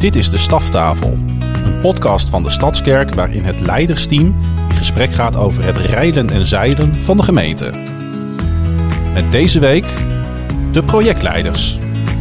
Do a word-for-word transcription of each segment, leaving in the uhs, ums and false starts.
Dit is de Staftafel, een podcast van de Stadskerk waarin het leidersteam in gesprek gaat over het reilen en zeilen van de gemeente. Met deze week de projectleiders.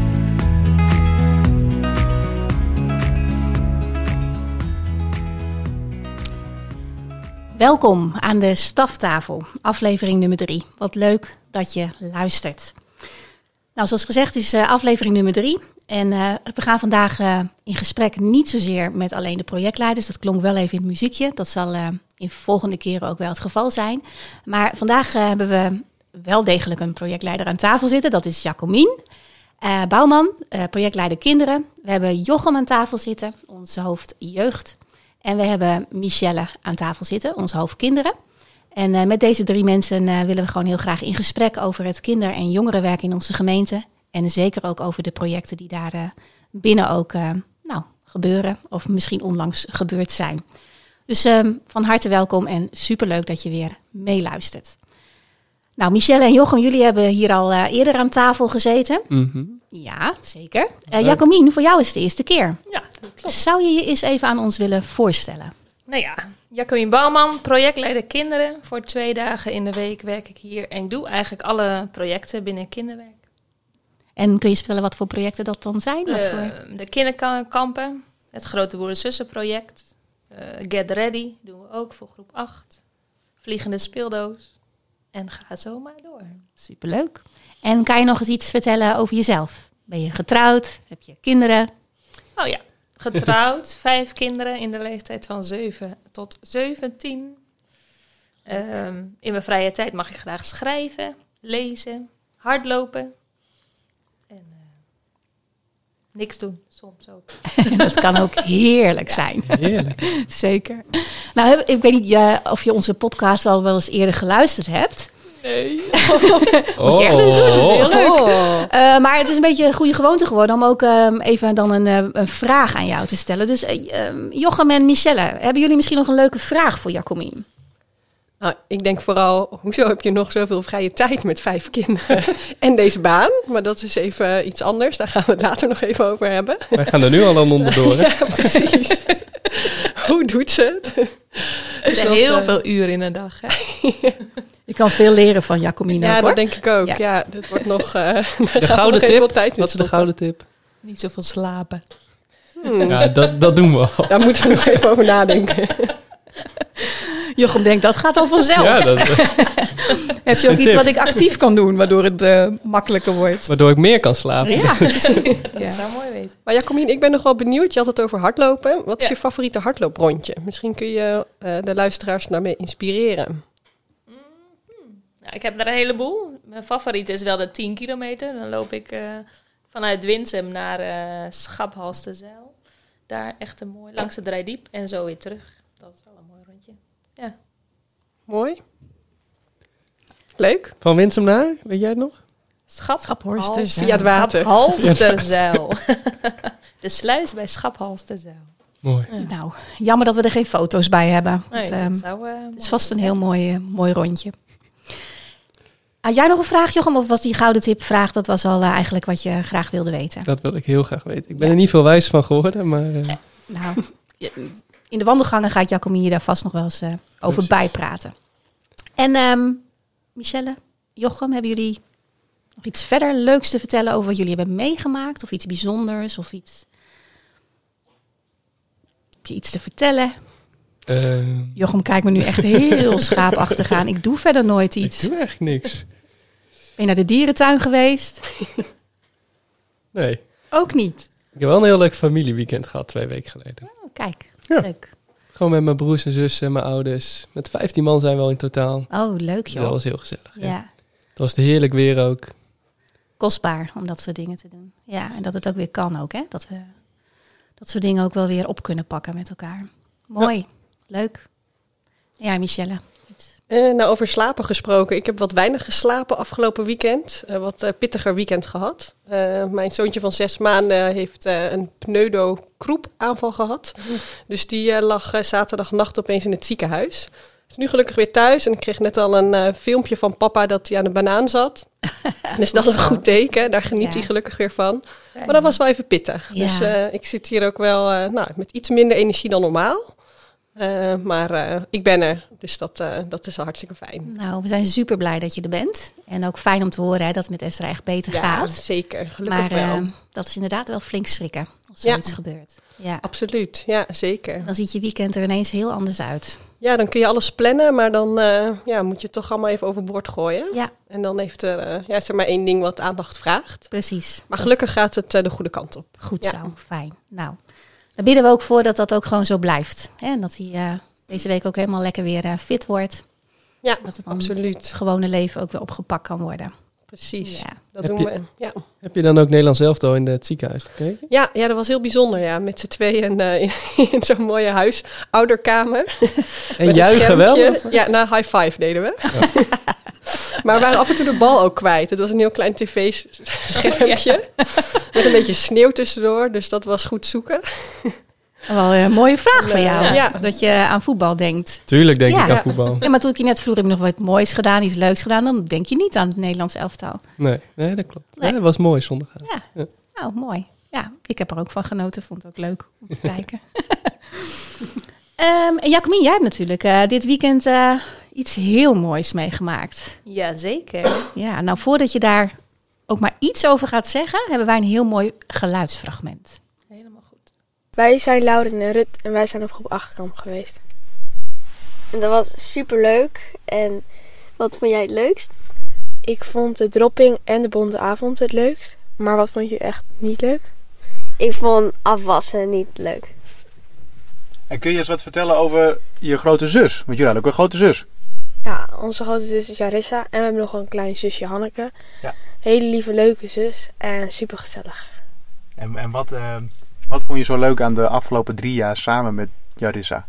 Welkom aan de Staftafel, aflevering nummer drie. Wat leuk dat je luistert. Nou, zoals gezegd is uh, aflevering nummer drie. En uh, we gaan vandaag uh, in gesprek niet zozeer met alleen de projectleiders. Dat klonk wel even in het muziekje. Dat zal uh, in volgende keren ook wel het geval zijn. Maar vandaag uh, hebben we wel degelijk een projectleider aan tafel zitten. Dat is Jacomien uh, Bouwman, uh, projectleider kinderen. We hebben Jochem aan tafel zitten, ons hoofd jeugd. En we hebben Michelle aan tafel zitten, ons hoofd kinderen. En uh, met deze drie mensen uh, willen we gewoon heel graag in gesprek over het kinder- en jongerenwerk in onze gemeente. En zeker ook over de projecten die daar uh, binnen ook uh, nou, gebeuren of misschien onlangs gebeurd zijn. Dus uh, van harte welkom en superleuk dat je weer meeluistert. Nou, Michelle en Jochem, jullie hebben hier al uh, eerder aan tafel gezeten. Mm-hmm. Ja, zeker. Uh, Jacomien, voor jou is het de eerste keer. Ja, dat klopt. Zou je je eens even aan ons willen voorstellen? Nou ja, Jacomien Bouwman, projectleider kinderen. Voor twee dagen in de week werk ik hier en ik doe eigenlijk alle projecten binnen kinderwerk. En kun je eens vertellen wat voor projecten dat dan zijn? Wat Uh, voor... De kinderkampen, het grote boeren-zussen project. Uh, Get Ready doen we ook voor groep acht. Vliegende speeldoos. En ga zo maar door. Superleuk. En kan je nog eens iets vertellen over jezelf? Ben je getrouwd? Heb je kinderen? Oh ja, getrouwd. vijf kinderen in de leeftijd van zeven tot zeventien. Um, in mijn vrije tijd mag ik graag schrijven, lezen, hardlopen. En uh, niks doen, soms ook. Dat kan ook heerlijk zijn. Heerlijk. Zeker. Nou, ik weet niet uh, of je onze podcast al wel eens eerder geluisterd hebt. Nee. Moet je echt eens doen, dat is heel leuk. Uh, maar het is een beetje een goede gewoonte geworden om ook um, even dan een, uh, een vraag aan jou te stellen. Dus uh, um, Jochem en Michelle, hebben jullie misschien nog een leuke vraag voor Jacomien? Nou, ik denk vooral, hoezo heb je nog zoveel vrije tijd met vijf kinderen en deze baan? Maar dat is even iets anders, daar gaan we het later nog even over hebben. Wij gaan er nu al aan onderdoor, hè? Ja, precies. Hoe doet ze het? Het zijn heel uh, veel uren in een dag. Hè? Je kan veel leren van Jacomien Ja, ook, dat hoor. denk ik ook. Ja, ja dat wordt nog... Uh, de gouden tip? Wat is de gouden tip? Niet zoveel slapen. Hmm. Ja, dat, dat doen we al. Daar moeten we nog even over nadenken. Jochem denkt, dat gaat al vanzelf. Ja, dat, Heb je ook iets tip. wat ik actief kan doen, waardoor het uh, makkelijker wordt? waardoor ik meer kan slapen. Ja, precies. Dat Ja. zou mooi weten. Maar Jacomien, ik ben nog wel benieuwd. Je had het over hardlopen. Wat is Ja. je favoriete hardlooprondje? Misschien kun je uh, de luisteraars daarmee inspireren. Nou, ik heb er een heleboel. Mijn favoriet is wel de tien kilometer. Dan loop ik uh, vanuit Winsum naar uh, Schaphalsterzijl. Daar echt een mooi langs de Drijdiep en zo weer terug. Dat is wel een mooi rondje. Ja. Mooi. Leuk. Van Winsum naar, weet jij het nog? Schaphalsterzijl. Via het water. Schaphalsterzijl. De sluis bij Schaphalsterzijl. Mooi. Ja. Nou, jammer dat we er geen foto's bij hebben. Nee, Want, um, dat zou, uh, het is vast een heel mooi, uh, mooi rondje. Had jij nog een vraag, Jochem? Of was die gouden tip vraag, dat was al uh, eigenlijk wat je graag wilde weten? Dat wil ik heel graag weten. Ik ben er niet veel wijs van geworden, maar... Uh, Nou, in de wandelgangen gaat Jacomien je daar vast nog wel eens uh, over Precies. bijpraten. En um, Michelle, Jochem, hebben jullie nog iets verder leuks te vertellen over wat jullie hebben meegemaakt? Of iets bijzonders? Of iets... Heb je iets te vertellen? uh, Jochem kijkt me nu echt heel schaapachtig aan. Ik doe verder nooit iets. ik doe eigenlijk niks. Ben je naar de dierentuin geweest? Nee. Ook niet. Ik heb wel een heel leuk familieweekend gehad twee weken geleden. Oh, kijk, Ja. leuk. Gewoon met mijn broers en zussen en mijn ouders. Met vijftien man zijn we al in totaal. Oh, leuk joh. Dat was heel gezellig. Ja. Ja, Het was heerlijk weer ook. kostbaar om dat soort dingen te doen. Ja, en dat het ook weer kan ook, hè? Dat we dat soort dingen ook wel weer op kunnen pakken met elkaar. Mooi, leuk. Ja, Michelle. Uh, nou, over slapen gesproken. Ik heb wat weinig geslapen afgelopen weekend. Uh, wat uh, pittiger weekend gehad. Uh, mijn zoontje van zes maanden heeft uh, een pneudokroepaanval gehad. Mm. Dus die uh, lag uh, zaterdagnacht opeens in het ziekenhuis. is nu gelukkig weer thuis en ik kreeg net al een uh, filmpje van papa dat hij aan de banaan zat. Dus dat is een goed teken, daar geniet ja. hij gelukkig weer van. Maar dat was wel even pittig. Ja. Dus uh, ik zit hier ook wel uh, nou, met iets minder energie dan normaal. Uh, maar uh, ik ben er, dus dat, uh, dat is hartstikke fijn. Nou, we zijn super blij dat je er bent. En ook fijn om te horen hè, dat het met Esther echt beter ja, gaat. Zeker, gelukkig maar, wel. Uh, dat is inderdaad wel flink schrikken als zoiets ja. gebeurt. Ja, absoluut. Ja, zeker. Dan ziet je weekend er ineens heel anders uit. Ja, dan kun je alles plannen, maar dan uh, ja, moet je het toch allemaal even overboord gooien. Ja. En dan heeft er, uh, ja, is er maar één ding wat aandacht vraagt. Precies. Maar gelukkig gaat het uh, de goede kant op. Goed ja. zo, fijn. Nou, daar bidden we ook voor dat dat ook gewoon zo blijft. Hè? En dat hij uh, deze week ook helemaal lekker weer uh, fit wordt. Ja, dat het dan absoluut. Het gewone leven ook weer opgepakt kan worden. Precies, ja. dat heb doen je, we. Ja. Heb je dan ook Nederlands elftal in het ziekenhuis gekeken? Ja, ja, dat was heel bijzonder. Ja. Met z'n tweeën uh, in, in zo'n mooie huis, ouderkamer. En juichen wel? Ja, nou, high five deden we. Ja. Maar we waren af en toe de bal ook kwijt. Het was een heel klein tv-schermpje. Oh, ja. Met een beetje sneeuw tussendoor, dus dat was goed zoeken. Wel een mooie vraag en, van jou, uh, ja. dat je aan voetbal denkt. Tuurlijk denk ja. ik aan voetbal. Ja, maar toen ik je net vroeg, heb ik nog wat moois gedaan, iets leuks gedaan, dan denk je niet aan het Nederlands elftal. Nee, nee dat klopt. Nee. Nee, dat was mooi zondag. Ja. ja, nou mooi. Ja, ik heb er ook van genoten, vond het ook leuk om te kijken. um, en Jacqueline, jij hebt natuurlijk uh, dit weekend uh, iets heel moois meegemaakt. Jazeker. Ja, nou voordat je daar ook maar iets over gaat zeggen, hebben wij een heel mooi geluidsfragment. Helemaal goed. Wij zijn Lauren en Rut en wij zijn op groep acht kamp geweest. En dat was super leuk. En wat vond jij het leukst? Ik vond de dropping en de bonte avond het leukst. Maar wat vond je echt niet leuk? Ik vond afwassen niet leuk. En kun je eens wat vertellen over je grote zus? Want jullie hadden ook een grote zus. Ja, onze grote zus is Jarissa. En we hebben nog een klein zusje Hanneke. Ja. Hele lieve, leuke zus. En super gezellig. En, en wat, uh, wat vond je zo leuk aan de afgelopen drie jaar samen met Jarissa?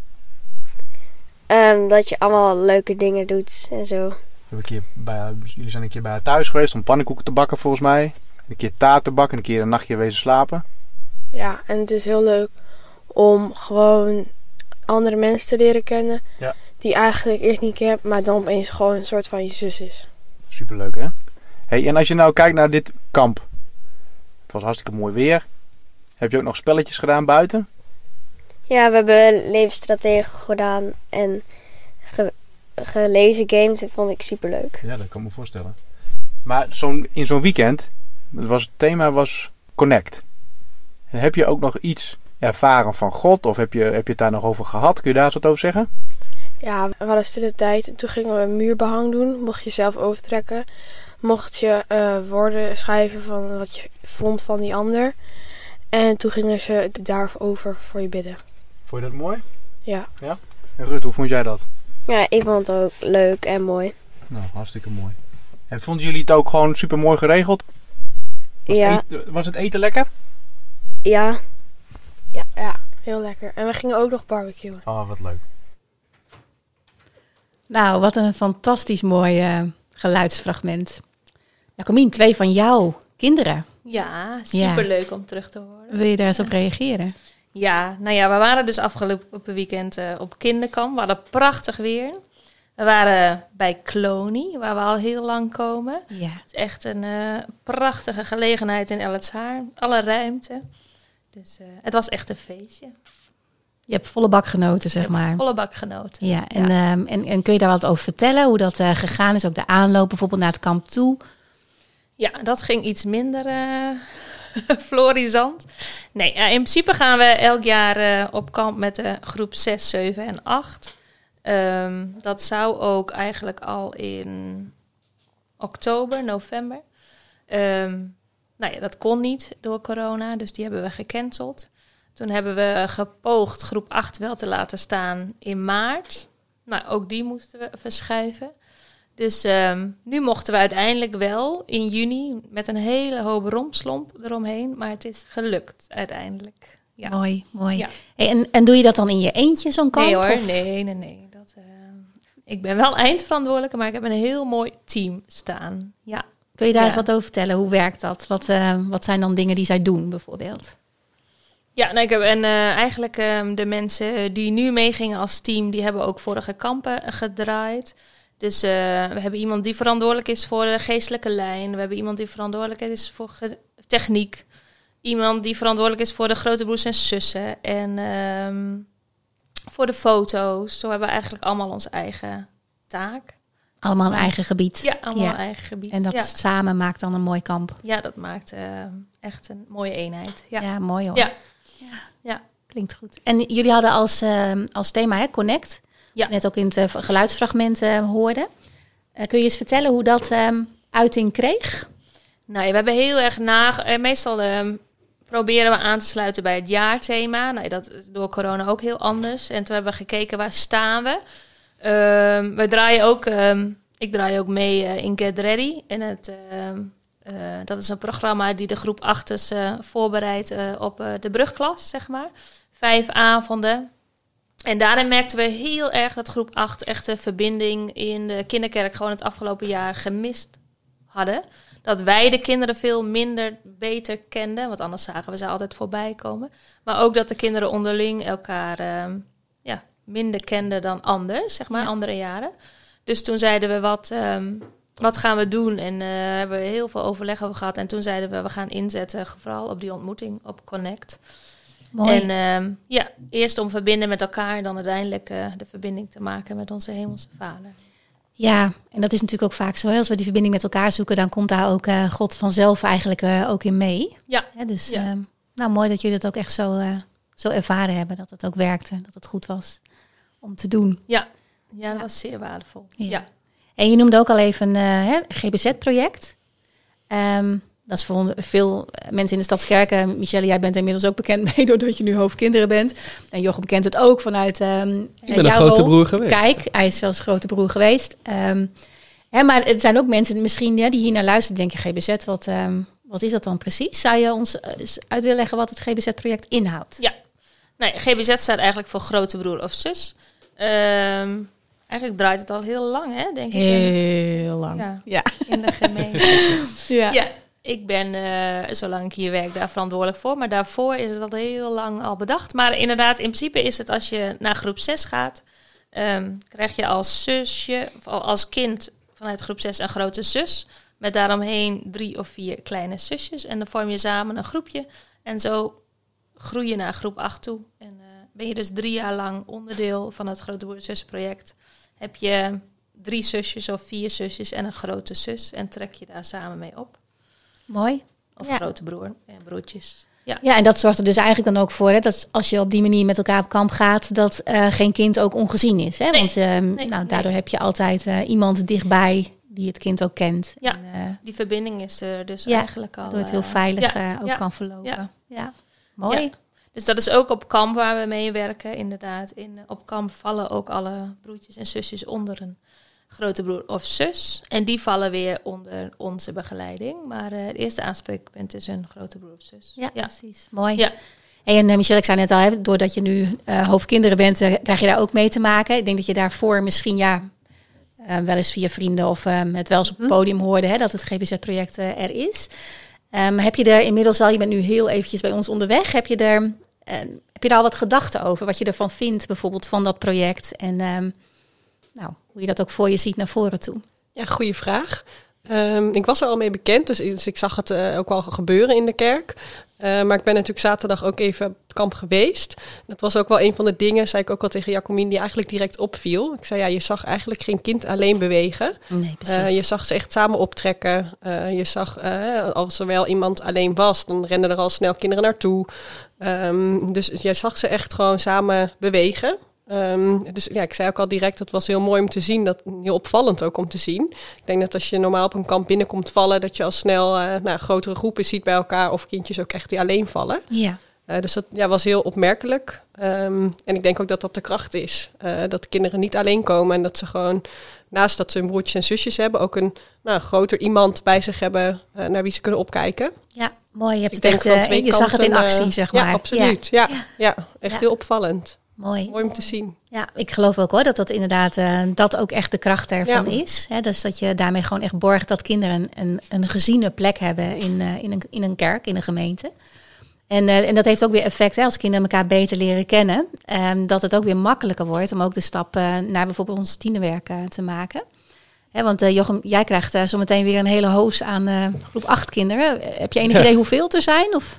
Um, dat je allemaal leuke dingen doet en zo. Een keer bij, jullie zijn een keer bij haar thuis geweest om pannenkoeken te bakken volgens mij. Een keer taart te bakken en een keer een nachtje wezen slapen. Ja, en het is heel leuk om gewoon andere mensen te leren kennen. Ja. Die eigenlijk eerst niet kent, maar dan opeens gewoon een soort van je zus is. Superleuk hè? Hey, en als je nou kijkt naar dit kamp. Het was hartstikke mooi weer. Heb je ook nog spelletjes gedaan buiten? Ja, we hebben levensstrategen gedaan en ge- gelezen games. Dat vond ik superleuk. Ja, dat kan ik me voorstellen. Maar zo'n, in zo'n weekend, was het thema was Connect. En heb je ook nog iets ervaren van God? Of heb je, heb je het daar nog over gehad? Kun je daar eens wat over zeggen? Ja, we hadden stille tijd. Toen gingen we muurbehang doen. Mocht je zelf overtrekken. Mocht je uh, woorden schrijven van wat je vond van die ander. En toen gingen ze daarover voor je bidden. Vond je dat mooi? Ja. Ja? En Rut, hoe vond jij dat? Ja, ik vond het ook leuk en mooi. Nou, hartstikke mooi. En vonden jullie het ook gewoon super mooi geregeld? Was, ja. het eten, was het eten lekker? Ja. Ja, ja, heel lekker. En we gingen ook nog barbecuen. Oh, wat leuk. Nou, wat een fantastisch mooi uh, geluidsfragment. Jacqueline, twee van jouw kinderen. Ja, superleuk ja. om terug te horen. Wil je daar eens op reageren? Ja, nou ja, we waren dus afgelopen weekend uh, op kinderkamp. We hadden prachtig weer. We waren bij Clony, waar we al heel lang komen. Ja. Het is echt een uh, prachtige gelegenheid in Elletsaar. Alle ruimte. Dus uh, het was echt een feestje. Je hebt volle bak genoten, zeg Ik heb maar. volle bak genoten. Ja, en, ja. Um, en, en kun je daar wat over vertellen? Hoe dat uh, gegaan is? Ook de aanloop bijvoorbeeld naar het kamp toe? Ja, dat ging iets minder uh, florisant. Nee, uh, in principe gaan we elk jaar uh, op kamp met de groep zes, zeven en acht. Um, dat zou ook eigenlijk al in oktober, november. Um, nou ja, dat kon niet door corona, dus die hebben we gecanceld. Toen hebben we gepoogd groep acht wel te laten staan in maart. Nou, ook die moesten we verschuiven. Dus um, nu mochten we uiteindelijk wel in juni met een hele hoop rompslomp eromheen. Maar het is gelukt uiteindelijk. Ja. Mooi, mooi. Ja. Hey, en, en doe je dat dan in je eentje, zo'n kamp? Nee hoor, of? nee, nee, nee. Dat, uh, ik ben wel eindverantwoordelijke, maar ik heb een heel mooi team staan. Ja. Kun je daar ja. eens wat over vertellen? Hoe werkt dat? Wat, uh, wat zijn dan dingen die zij doen bijvoorbeeld? Ja, nou, ik heb, en uh, eigenlijk um, de mensen die nu meegingen als team, die hebben ook vorige kampen gedraaid. Dus uh, we hebben iemand die verantwoordelijk is voor de geestelijke lijn. We hebben iemand die verantwoordelijk is voor ge- techniek. Iemand die verantwoordelijk is voor de grote broers en zussen. En um, voor de foto's. Zo hebben we eigenlijk allemaal onze eigen taak. Allemaal een eigen gebied. Ja, allemaal ja. een eigen gebied. En dat ja. samen maakt dan een mooi kamp. Ja, dat maakt uh, echt een mooie eenheid. Ja, ja mooi hoor. Ja. Ja. Ja. Klinkt goed. En jullie hadden als, uh, als thema hè, Connect. Ja. Net ook in het uh, geluidsfragment uh, hoorden. Uh, kun je eens vertellen hoe dat um, uiting kreeg? Nou, we hebben heel erg na... Uh, meestal um, proberen we aan te sluiten bij het jaarthema. Nou, dat is door corona ook heel anders. En toen hebben we gekeken, waar staan we? Um, we draaien ook... Um, ik draai ook mee uh, in Get Ready. En het, uh, uh, dat is een programma die de groep achters uh, voorbereidt uh, op uh, de brugklas, zeg maar. Vijf avonden. En daarin merkten we heel erg dat groep acht echt de verbinding in de kinderkerk gewoon het afgelopen jaar gemist hadden. Dat wij de kinderen veel minder beter kenden, want anders zagen we ze altijd voorbij komen. Maar ook dat de kinderen onderling elkaar uh, ja, minder kenden dan anders, zeg maar, ja. andere jaren. Dus toen zeiden we, wat, um, wat gaan we doen? En uh, hebben we heel veel overleg over gehad. En toen zeiden we, we gaan inzetten vooral op die ontmoeting, op Connect. Mooi. En um, ja, eerst om verbinden met elkaar, dan uiteindelijk uh, de verbinding te maken met onze hemelse Vader. Ja, en dat is natuurlijk ook vaak zo. Hè? Als we die verbinding met elkaar zoeken, dan komt daar ook uh, God vanzelf eigenlijk uh, ook in mee. Ja. Hè, dus ja. Uh, nou, mooi dat jullie dat ook echt zo, uh, zo ervaren hebben. Dat het ook werkte, dat het goed was om te doen. Ja, ja dat ja. was zeer waardevol. Ja. Ja. En je noemde ook al even uh, het G B Z-project. Um, dat is voor veel mensen in de Stadskerken. Michelle, jij bent inmiddels ook bekend mee doordat je nu hoofdkinderen bent. En Jochem bekent het ook vanuit um, Ik ben een grote rol. broer geweest. Kijk, hij is zelfs grote broer geweest. Um, hè, maar het zijn ook mensen misschien ja, die hier naar luisteren. Denken, G B Z, wat, um, wat is dat dan precies? Zou je ons eens uit willen leggen wat het G B Z-project inhoudt? Ja, nee, G B Z staat eigenlijk voor grote broer of zus. Um, Eigenlijk draait het al heel lang, hè, denk ik. Heel lang. Ja, ja. In de gemeente. ja. ja. Ik ben, uh, zolang ik hier werk, daar verantwoordelijk voor. Maar daarvoor is het al heel lang al bedacht. Maar inderdaad, in principe is het als je naar groep zes gaat... Um, krijg je als zusje, of als kind vanuit groep zes een grote zus... met daaromheen drie of vier kleine zusjes. En dan vorm je samen een groepje. En zo groei je naar groep acht toe. En uh, ben je dus drie jaar lang onderdeel van het Grote Broer Zus project. Heb je drie zusjes of vier zusjes en een grote zus. En trek je daar samen mee op. Mooi. Of ja. grote broer en broertjes. Ja. ja, en dat zorgt er dus eigenlijk dan ook voor... Hè, dat als je op die manier met elkaar op kamp gaat... dat uh, geen kind ook ongezien is. Hè? Nee. Want uh, nee, nou, daardoor nee. heb je altijd uh, iemand dichtbij... die het kind ook kent. Ja, en, uh, die verbinding is er dus ja, eigenlijk al... Waardoor het heel veilig uh, ja, ook ja, kan verlopen. Ja, ja. Mooi. Ja. Dus dat is ook op kamp waar we mee werken, inderdaad. In, op kamp vallen ook alle broertjes en zusjes onder een grote broer of zus. En die vallen weer onder onze begeleiding. Maar uh, het eerste aanspreekpunt is een grote broer of zus. Ja, ja. precies. Mooi. Ja. Hey, en uh, Michelle, ik zei net al, hè, doordat je nu uh, hoofdkinderen bent, uh, krijg je daar ook mee te maken. Ik denk dat je daarvoor misschien ja, uh, wel eens via vrienden of uh, het wel eens op het podium hoorde hè, dat het G B Z-project uh, er is. Um, heb je er inmiddels al, je bent nu heel eventjes bij ons onderweg, heb je er... Uh, heb je daar al wat gedachten over? Wat je ervan vindt, bijvoorbeeld van dat project? En um, nou, hoe je dat ook voor je ziet naar voren toe? Ja, goede vraag. Um, ik was er al mee bekend, dus, dus ik zag het uh, ook wel gebeuren in de kerk. Uh, maar ik ben natuurlijk zaterdag ook even op het kamp geweest. Dat was ook wel een van de dingen, zei ik ook al tegen Jacomien, die eigenlijk direct opviel. Ik zei, ja, je zag eigenlijk geen kind alleen bewegen. Nee, precies. Uh, je zag ze echt samen optrekken. Uh, je zag, uh, als er wel iemand alleen was, dan renden er al snel kinderen naartoe. Um, dus jij zag ze echt gewoon samen bewegen. Um, dus ja, ik zei ook al direct, dat was heel mooi om te zien. Dat, heel opvallend ook om te zien. Ik denk dat als je normaal op een kamp binnenkomt vallen, dat je al snel uh, nou, grotere groepen ziet bij elkaar. Of kindjes ook echt die alleen vallen. Ja. Uh, dus dat ja, was heel opmerkelijk. Um, en ik denk ook dat dat de kracht is. Uh, dat de kinderen niet alleen komen. En dat ze gewoon, naast dat ze hun broertjes en zusjes hebben, ook een nou, groter iemand bij zich hebben uh, naar wie ze kunnen opkijken. Ja, mooi. Je, hebt ik het denk echt, uh, je kanten, zag het in actie, zeg maar. Ja, absoluut. Ja, ja. ja echt ja. heel opvallend. Mooi. Mooi om te zien. Ja, ik geloof ook hoor dat dat inderdaad uh, dat ook echt de kracht ervan ja. is. Hè? Dus dat je daarmee gewoon echt borgt dat kinderen een, een, een geziene plek hebben in, uh, in, een, in een kerk, in een gemeente. En, uh, en dat heeft ook weer effect hè, als kinderen elkaar beter leren kennen. Um, dat het ook weer makkelijker wordt om ook de stap uh, naar bijvoorbeeld ons tienerwerk uh, te maken. Hè, want uh, Jochem, jij krijgt uh, zometeen weer een hele hoos aan uh, groep acht kinderen. Uh, heb je enig idee hoeveel het er zijn? Of?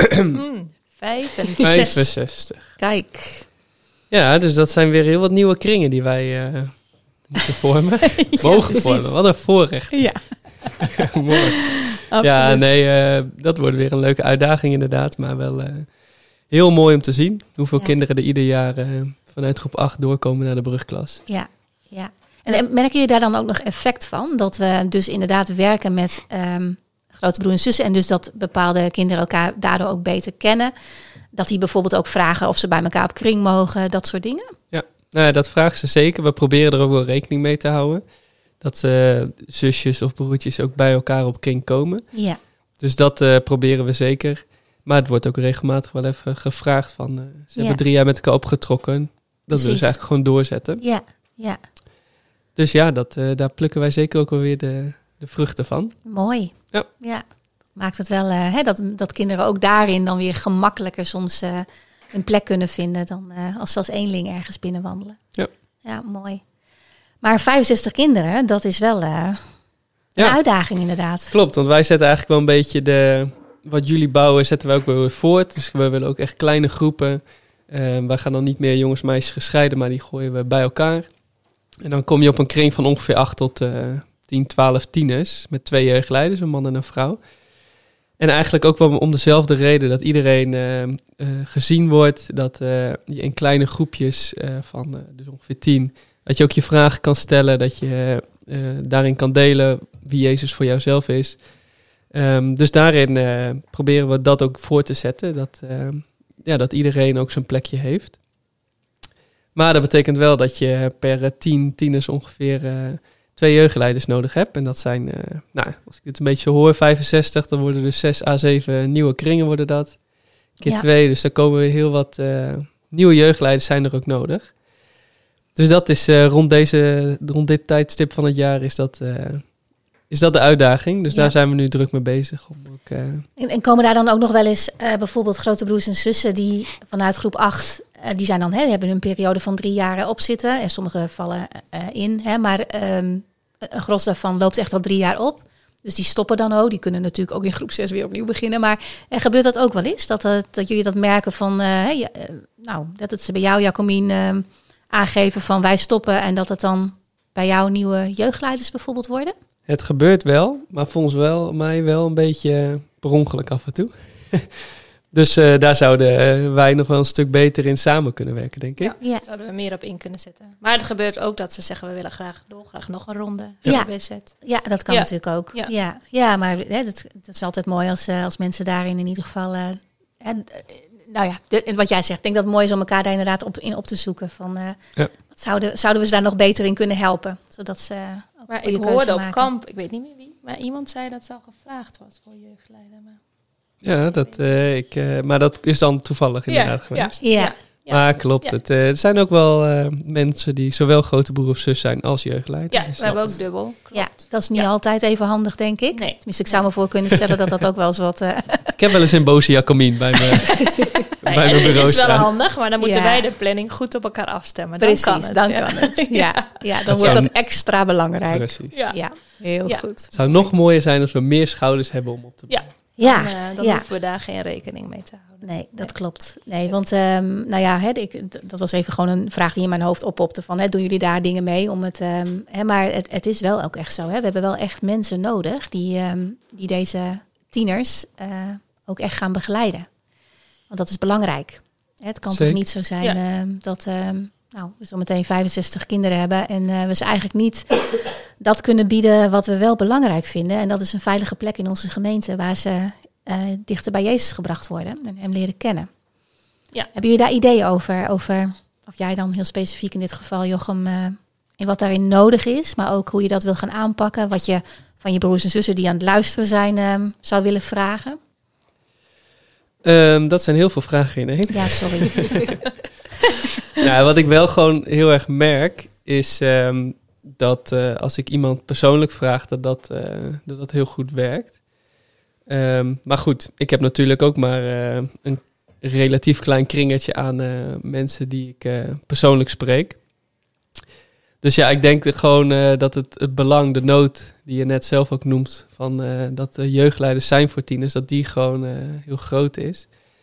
hmm, vijfenzestig. vijfenzestig. Kijk. Ja, dus dat zijn weer heel wat nieuwe kringen die wij uh, moeten vormen. ja, Mogen precies. vormen. Wat een voorrecht. Ja. Mooi. Absoluut. Ja, nee, uh, dat wordt weer een leuke uitdaging inderdaad. Maar wel uh, heel mooi om te zien hoeveel ja. kinderen er ieder jaar uh, vanuit groep acht doorkomen naar de brugklas. Ja, ja. En, en merken jullie daar dan ook nog effect van? Dat we dus inderdaad werken met um, grote broers en zussen. En dus dat bepaalde kinderen elkaar daardoor ook beter kennen. Dat die bijvoorbeeld ook vragen of ze bij elkaar op kring mogen. Dat soort dingen. Ja, nou ja, dat vragen ze zeker. We proberen er ook wel rekening mee te houden. Dat uh, zusjes of broertjes ook bij elkaar op kring komen. Ja. Dus dat uh, proberen we zeker. Maar het wordt ook regelmatig wel even gevraagd van... Uh, ze ja. hebben drie jaar met elkaar opgetrokken. Dat Precies. willen ze eigenlijk gewoon doorzetten. Ja, ja. Dus ja, dat, uh, daar plukken wij zeker ook wel weer de, de vruchten van. Mooi. Ja. Ja. Maakt het wel uh, hè, dat, dat kinderen ook daarin dan weer gemakkelijker soms uh, een plek kunnen vinden... dan uh, als ze als eenling ergens binnenwandelen. Ja. Ja, mooi. Maar vijfenzestig kinderen, dat is wel uh, een ja. uitdaging inderdaad. Klopt, want wij zetten eigenlijk wel een beetje de... Wat jullie bouwen, zetten wij ook wel weer voort. Dus we willen ook echt kleine groepen. Uh, wij gaan dan niet meer jongens, meisjes gescheiden, maar die gooien we bij elkaar. En dan kom je op een kring van ongeveer acht tot uh, tien, twaalf tieners. Met twee jeugdleiders, een man en een vrouw. En eigenlijk ook wel om dezelfde reden dat iedereen uh, uh, gezien wordt. Dat uh, je in kleine groepjes uh, van uh, dus ongeveer tien... dat je ook je vragen kan stellen. Dat je uh, daarin kan delen wie Jezus voor jouzelf is. Um, dus daarin uh, proberen we dat ook voor te zetten. Dat, uh, ja, dat iedereen ook zijn plekje heeft. Maar dat betekent wel dat je per uh, tien tieners ongeveer uh, twee jeugdleiders nodig hebt. En dat zijn, uh, nou, als ik het een beetje hoor, vijfenzestig. Dan worden er zes à zeven nieuwe kringen worden dat. Keer Ja. twee, dus dan komen weer heel wat uh, nieuwe jeugdleiders zijn er ook nodig. Dus dat is uh, rond, deze, rond dit tijdstip van het jaar is dat... Uh, Is dat de uitdaging? Dus ja. daar zijn we nu druk mee bezig. Om ook, uh... en, en komen daar dan ook nog wel eens uh, bijvoorbeeld grote broers en zussen die vanuit groep acht, uh, die zijn dan, hè, die hebben een periode van drie jaar op zitten. En sommige vallen uh, in, hè, maar um, een gros daarvan loopt echt al drie jaar op. Dus die stoppen dan ook. Die kunnen natuurlijk ook in groep zes weer opnieuw beginnen. Maar en gebeurt dat ook wel eens? Dat, uh, dat jullie dat merken van, uh, ja, uh, nou, dat het ze bij jou, Jacomien, uh, aangeven van wij stoppen en dat het dan bij jou nieuwe jeugdleiders bijvoorbeeld worden? Het gebeurt wel, maar volgens wel, mij wel een beetje per ongeluk af en toe. Dus uh, daar zouden uh, wij nog wel een stuk beter in samen kunnen werken, denk ik. Ja, Ja. zouden we meer op in kunnen zetten. Maar het gebeurt ook dat ze zeggen, we willen graag dolgraag nog een ronde. Ja. B Z. Ja, dat kan Ja. natuurlijk ook. Ja, Ja. ja, ja maar hè, dat, dat is altijd mooi als, uh, als mensen daarin in ieder geval... Uh, hè, d- nou ja, de, en wat jij zegt, ik denk dat het mooi is om elkaar daar inderdaad op, in op te zoeken. Van, uh, Ja. wat zouden, zouden we ze daar nog beter in kunnen helpen? Zodat ze ook Maar goede ik keuze hoorde op maken. kamp, ik weet niet meer wie, maar iemand zei dat ze al gevraagd was voor jeugdleider. Maar... Ja, dat, uh, ik, uh, maar dat is dan toevallig inderdaad ja, geweest. Ja, ja. Ja. Maar klopt, Ja. het, uh, het zijn ook wel uh, mensen die zowel grote broer of zus zijn als jeugdleider. Ja, Dus we hebben dat- ook dubbel. ja, Klopt. dat is niet Ja. altijd even handig, denk ik. Nee. Tenminste, ik zou me voor kunnen stellen dat dat ook wel eens wat... Uh, Ik heb wel eens een boze Jacomien bij me, bij Nee, mijn het bureau is wel staan. handig, maar dan moeten Ja. wij de planning goed op elkaar afstemmen. precies, dan kan het. dan ja. kan het. Ja, ja, dan Dat wordt zou- dat extra belangrijk. Precies. Ja. Ja, heel Ja. goed. Het zou nog mooier zijn als we meer schouders hebben om op te Ja. Ja, Dan, uh, dan ja. hoeven we daar geen rekening mee te houden. Nee, dat Nee. klopt. Nee, want um, nou ja, hè, ik, d- dat was even gewoon een vraag die in mijn hoofd oppopte van, hè, doen jullie daar dingen mee om het? Um, hè, maar het, het is wel ook echt zo. Hè, we hebben wel echt mensen nodig die, um, die deze tieners uh, ook echt gaan begeleiden. Want dat is belangrijk. Hè, het kan Zeker. toch niet zo zijn Ja. um, dat um, nou, we zometeen vijfenzestig kinderen hebben en uh, we ze eigenlijk niet dat kunnen bieden wat we wel belangrijk vinden. En dat is een veilige plek in onze gemeente waar ze uh, dichter bij Jezus gebracht worden en hem leren kennen. Ja. Hebben jullie daar ideeën over? Over, of jij dan heel specifiek in dit geval, Jochem, uh, in wat daarin nodig is, maar ook hoe je dat wil gaan aanpakken, wat je van je broers en zussen die aan het luisteren zijn um, zou willen vragen? Um, dat zijn heel veel vragen in één. Ja, sorry. Nou, wat ik wel gewoon heel erg merk, is um, dat uh, als ik iemand persoonlijk vraag, dat dat, uh, dat dat heel goed werkt. Um, maar goed, ik heb natuurlijk ook maar uh, een relatief klein kringetje aan uh, mensen die ik uh, persoonlijk spreek. Dus ja, ik denk gewoon uh, dat het, het belang, de nood die je net zelf ook noemt, van uh, dat de jeugdleiders zijn voor tieners, dat die gewoon uh, heel groot is.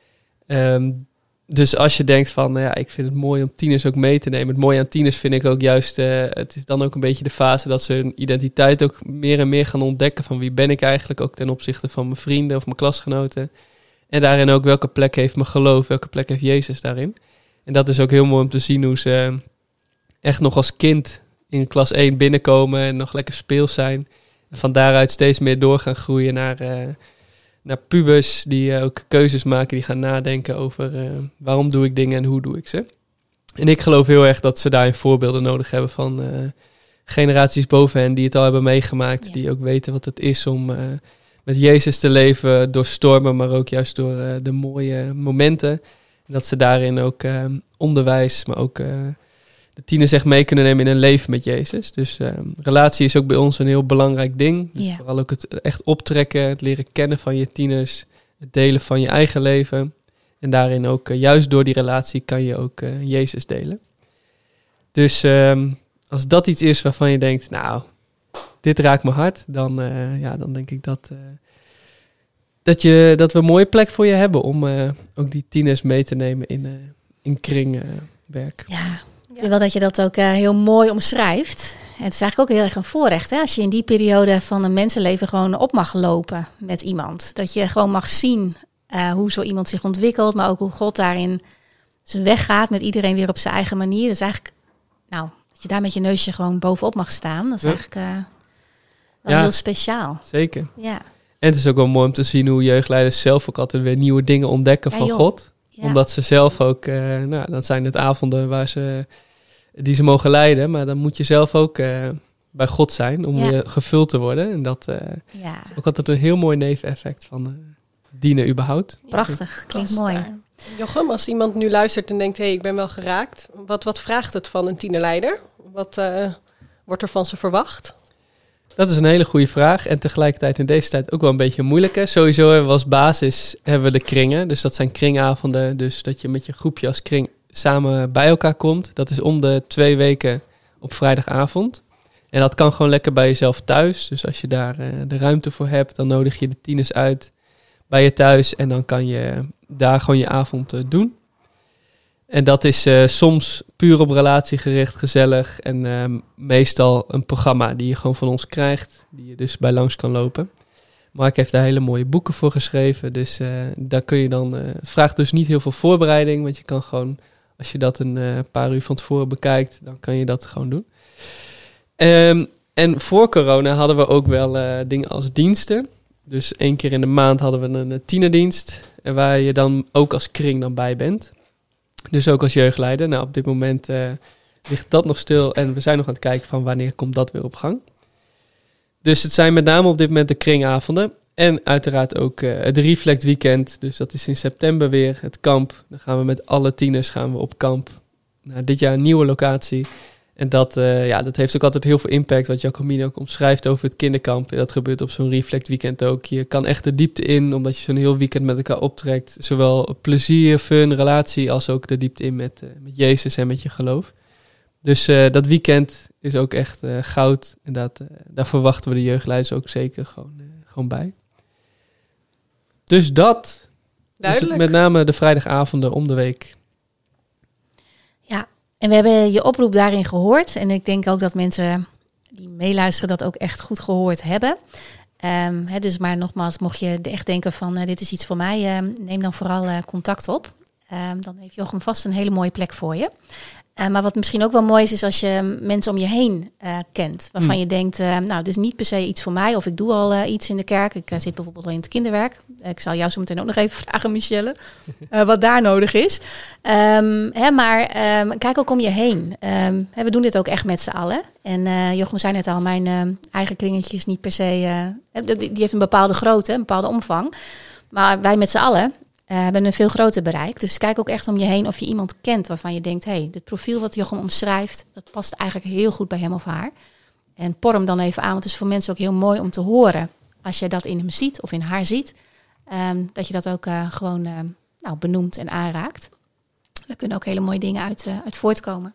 Um, dus als je denkt van, nou ja, ik vind het mooi om tieners ook mee te nemen. Het mooie aan tieners vind ik ook juist, uh, het is dan ook een beetje de fase dat ze hun identiteit ook meer en meer gaan ontdekken van wie ben ik eigenlijk, ook ten opzichte van mijn vrienden of mijn klasgenoten. En daarin ook welke plek heeft mijn geloof, welke plek heeft Jezus daarin. En dat is ook heel mooi om te zien hoe ze uh, echt nog als kind in klas één binnenkomen en nog lekker speels zijn. En van daaruit steeds meer door gaan groeien naar, uh, naar pubers die uh, ook keuzes maken, die gaan nadenken over uh, waarom doe ik dingen en hoe doe ik ze. En ik geloof heel erg dat ze daarin voorbeelden nodig hebben van uh, generaties boven hen die het al hebben meegemaakt. Ja. Die ook weten wat het is om uh, met Jezus te leven door stormen, maar ook juist door uh, de mooie momenten. En dat ze daarin ook uh, onderwijs, maar ook uh, de tieners echt mee kunnen nemen in een leven met Jezus. Dus uh, relatie is ook bij ons een heel belangrijk ding. Dus ja. Vooral ook het echt optrekken, het leren kennen van je tieners, het delen van je eigen leven. En daarin ook, uh, juist door die relatie, kan je ook uh, Jezus delen. Dus um, als dat iets is waarvan je denkt, nou, dit raakt mijn hart, dan, uh, ja, dan denk ik dat, uh, dat, je, dat we een mooie plek voor je hebben om uh, ook die tieners mee te nemen in, uh, in kringwerk. Uh, ja. Ik vind wel dat je dat ook uh, heel mooi omschrijft. En het is eigenlijk ook heel erg een voorrecht, hè? Als je in die periode van een mensenleven gewoon op mag lopen met iemand. Dat je gewoon mag zien uh, hoe zo iemand zich ontwikkelt, maar ook hoe God daarin zijn weg gaat met iedereen weer op zijn eigen manier. Dat is eigenlijk, nou, dat je daar met je neusje gewoon bovenop mag staan. Dat is ja. eigenlijk uh, wel ja, heel speciaal. Zeker. Ja. En het is ook wel mooi om te zien hoe jeugdleiders zelf ook altijd weer nieuwe dingen ontdekken ja, van joh. God. Ja. Omdat ze zelf ook, uh, nou, dat zijn het avonden waar ze, die ze mogen leiden. Maar dan moet je zelf ook uh, bij God zijn om ja. weer gevuld te worden. En dat uh, ja. is ook altijd een heel mooi neveneffect van uh, dienen überhaupt. Prachtig, klinkt mooi. Jochem, als iemand nu luistert en denkt, hé, hey, ik ben wel geraakt. Wat, wat vraagt het van een tienerleider? Wat uh, wordt er van ze verwacht? Dat is een hele goede vraag en tegelijkertijd in deze tijd ook wel een beetje moeilijker. Sowieso hebben we als basis hebben we de kringen, dus dat zijn kringavonden. Dus dat je met je groepje als kring samen bij elkaar komt. Dat is om de twee weken op vrijdagavond. En dat kan gewoon lekker bij jezelf thuis. Dus als je daar uh, de ruimte voor hebt, dan nodig je de tieners uit bij je thuis. En dan kan je daar gewoon je avond uh, doen. En dat is uh, soms puur op relatie gericht, gezellig. En uh, meestal een programma die je gewoon van ons krijgt. Die je dus bij langs kan lopen. Mark heeft daar hele mooie boeken voor geschreven. Dus uh, daar kun je dan... Uh, het vraagt dus niet heel veel voorbereiding. Want je kan gewoon, als je dat een uh, paar uur van tevoren bekijkt, dan kan je dat gewoon doen. Um, en voor corona hadden we ook wel uh, dingen als diensten. Dus één keer in de maand hadden we een, een tienerdienst. Waar je dan ook als kring dan bij bent. Dus ook als jeugdleider. Nou, op dit moment uh, ligt dat nog stil. En we zijn nog aan het kijken van wanneer komt dat weer op gang. Dus het zijn met name op dit moment de kringavonden. En uiteraard ook uh, het Reflect Weekend. Dus dat is in september weer het kamp. Dan gaan we met alle tieners gaan we op kamp. Nou, dit jaar een nieuwe locatie. En dat, uh, ja, dat heeft ook altijd heel veel impact. Wat Jacomine ook omschrijft over het kinderkamp. En dat gebeurt op zo'n Reflect Weekend ook. Je kan echt de diepte in, omdat je zo'n heel weekend met elkaar optrekt. Zowel plezier, fun, relatie, als ook de diepte in met, uh, met Jezus en met je geloof. Dus uh, dat weekend is ook echt uh, goud. En dat, uh, daar verwachten we de jeugdleiders ook zeker gewoon, uh, gewoon bij. Dus dat Duidelijk. is met name de vrijdagavonden om de week. Ja, en we hebben je oproep daarin gehoord. En ik denk ook dat mensen die meeluisteren dat ook echt goed gehoord hebben. Um, he, dus maar nogmaals, mocht je echt denken van uh, dit is iets voor mij, uh, neem dan vooral uh, contact op. Um, dan heeft Jochem vast een hele mooie plek voor je. Uh, maar wat misschien ook wel mooi is, is als je mensen om je heen uh, kent. Waarvan hmm. je denkt, uh, nou, dit is niet per se iets voor mij. Of ik doe al uh, iets in de kerk. Ik uh, zit bijvoorbeeld al in het kinderwerk. Uh, ik zal jou zo meteen ook nog even vragen, Michelle. Uh, wat daar nodig is. Um, hè, maar um, kijk ook om je heen. Um, hè, we doen dit ook echt met z'n allen. En uh, Jochem zei net al, mijn uh, eigen kringetje is niet per se... Uh, die, die heeft een bepaalde grootte, een bepaalde omvang. Maar wij met z'n allen... Uh, hebben een veel groter bereik. Dus kijk ook echt om je heen of je iemand kent waarvan je denkt... hé, hey, dit profiel wat Jochem omschrijft... dat past eigenlijk heel goed bij hem of haar. En por hem dan even aan, want het is voor mensen ook heel mooi om te horen... als je dat in hem ziet of in haar ziet, um, dat je dat ook uh, gewoon uh, nou, benoemt en aanraakt. Daar kunnen ook hele mooie dingen uit, uh, uit voortkomen.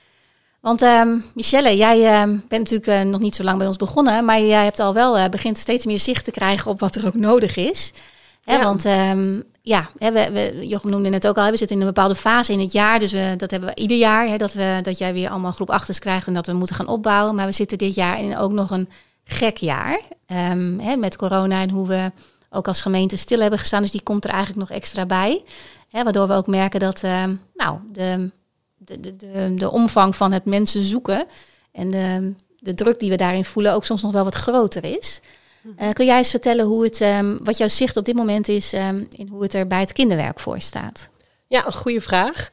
Want um, Michelle, jij uh, bent natuurlijk uh, nog niet zo lang bij ons begonnen, maar jij hebt al wel uh, begint steeds meer zicht te krijgen op wat er ook nodig is. Hè, ja. Want um, ja, hè, we, we, Jochem noemde het ook al, we zitten in een bepaalde fase in het jaar. Dus we, dat hebben we ieder jaar, hè, dat, we, dat jij weer allemaal groep achters krijgt en dat we moeten gaan opbouwen. Maar we zitten dit jaar in ook nog een gek jaar um, hè, met corona en hoe we ook als gemeente stil hebben gestaan. Dus die komt er eigenlijk nog extra bij. Hè, waardoor we ook merken dat uh, nou, de, de, de, de, de omvang van het mensen zoeken en de, de druk die we daarin voelen ook soms nog wel wat groter is. Uh, kun jij eens vertellen hoe het, um, wat jouw zicht op dit moment is um, in hoe het er bij het kinderwerk voor staat? Ja, een goede vraag.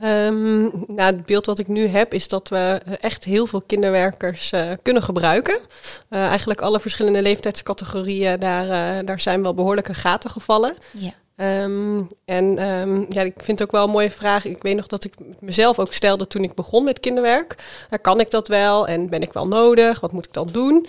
Um, nou, het beeld wat ik nu heb is dat we echt heel veel kinderwerkers uh, kunnen gebruiken. Uh, eigenlijk alle verschillende leeftijdscategorieën, daar, uh, daar zijn wel behoorlijke gaten gevallen. Ja. Um, en um, ja, ik vind het ook wel een mooie vraag. Ik weet nog dat ik mezelf ook stelde toen ik begon met kinderwerk. Uh, kan ik dat wel en ben ik wel nodig? Wat moet ik dan doen?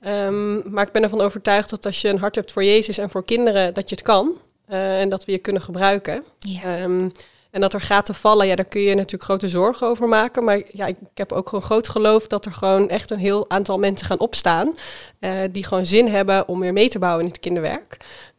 Um, maar ik ben ervan overtuigd dat als je een hart hebt voor Jezus en voor kinderen, dat je het kan. Uh, en dat we je kunnen gebruiken. Ja. Um, en dat er gaten vallen, ja, daar kun je natuurlijk grote zorgen over maken. Maar ja, ik, ik heb ook gewoon groot geloof dat er gewoon echt een heel aantal mensen gaan opstaan. Uh, die gewoon zin hebben om weer mee te bouwen in het kinderwerk.